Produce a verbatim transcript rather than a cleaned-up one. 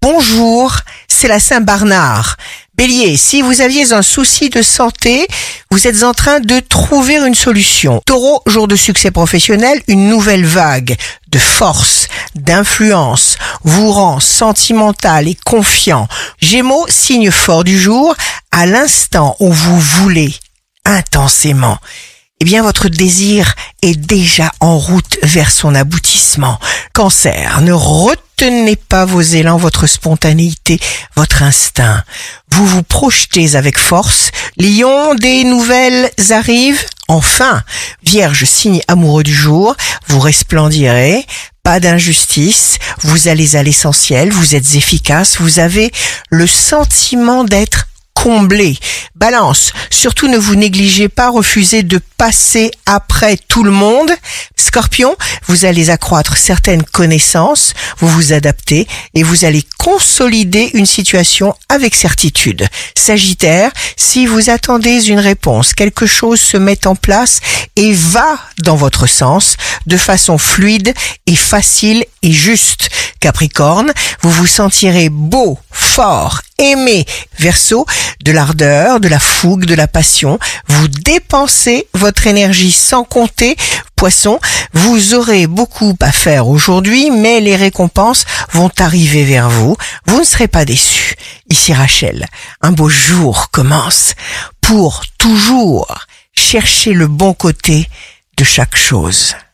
Bonjour, c'est la Saint-Bernard. Bélier, si vous aviez un souci de santé, vous êtes en train de trouver une solution. Taureau, jour de succès professionnel, une nouvelle vague de force, d'influence vous rend sentimental et confiant. Gémeaux, signe fort du jour, à l'instant où vous voulez intensément, eh bien votre désir est déjà en route vers son aboutissement. Cancer, ne retenez pas vos élans, votre spontanéité, votre instinct. Vous vous projetez avec force. Lion, des nouvelles arrivent. Enfin, Vierge, signe amoureux du jour, vous resplendirez. Pas d'injustice, vous allez à l'essentiel, vous êtes efficace, vous avez le sentiment d'être comblé. Balance, surtout ne vous négligez pas, refusez de passer après tout le monde. Scorpion, vous allez accroître certaines connaissances, vous vous adaptez et vous allez consolider une situation avec certitude. Sagittaire, si vous attendez une réponse, quelque chose se met en place et va dans votre sens de façon fluide et facile et juste. Capricorne, vous vous sentirez beau, fort, aimé. Verseau, de l'ardeur, de la fougue, de la passion. Vous dépensez votre énergie sans compter. Poisson, vous aurez beaucoup à faire aujourd'hui, mais les récompenses vont arriver vers vous. Vous ne serez pas déçus. Ici Rachel, un beau jour commence pour toujours chercher le bon côté de chaque chose.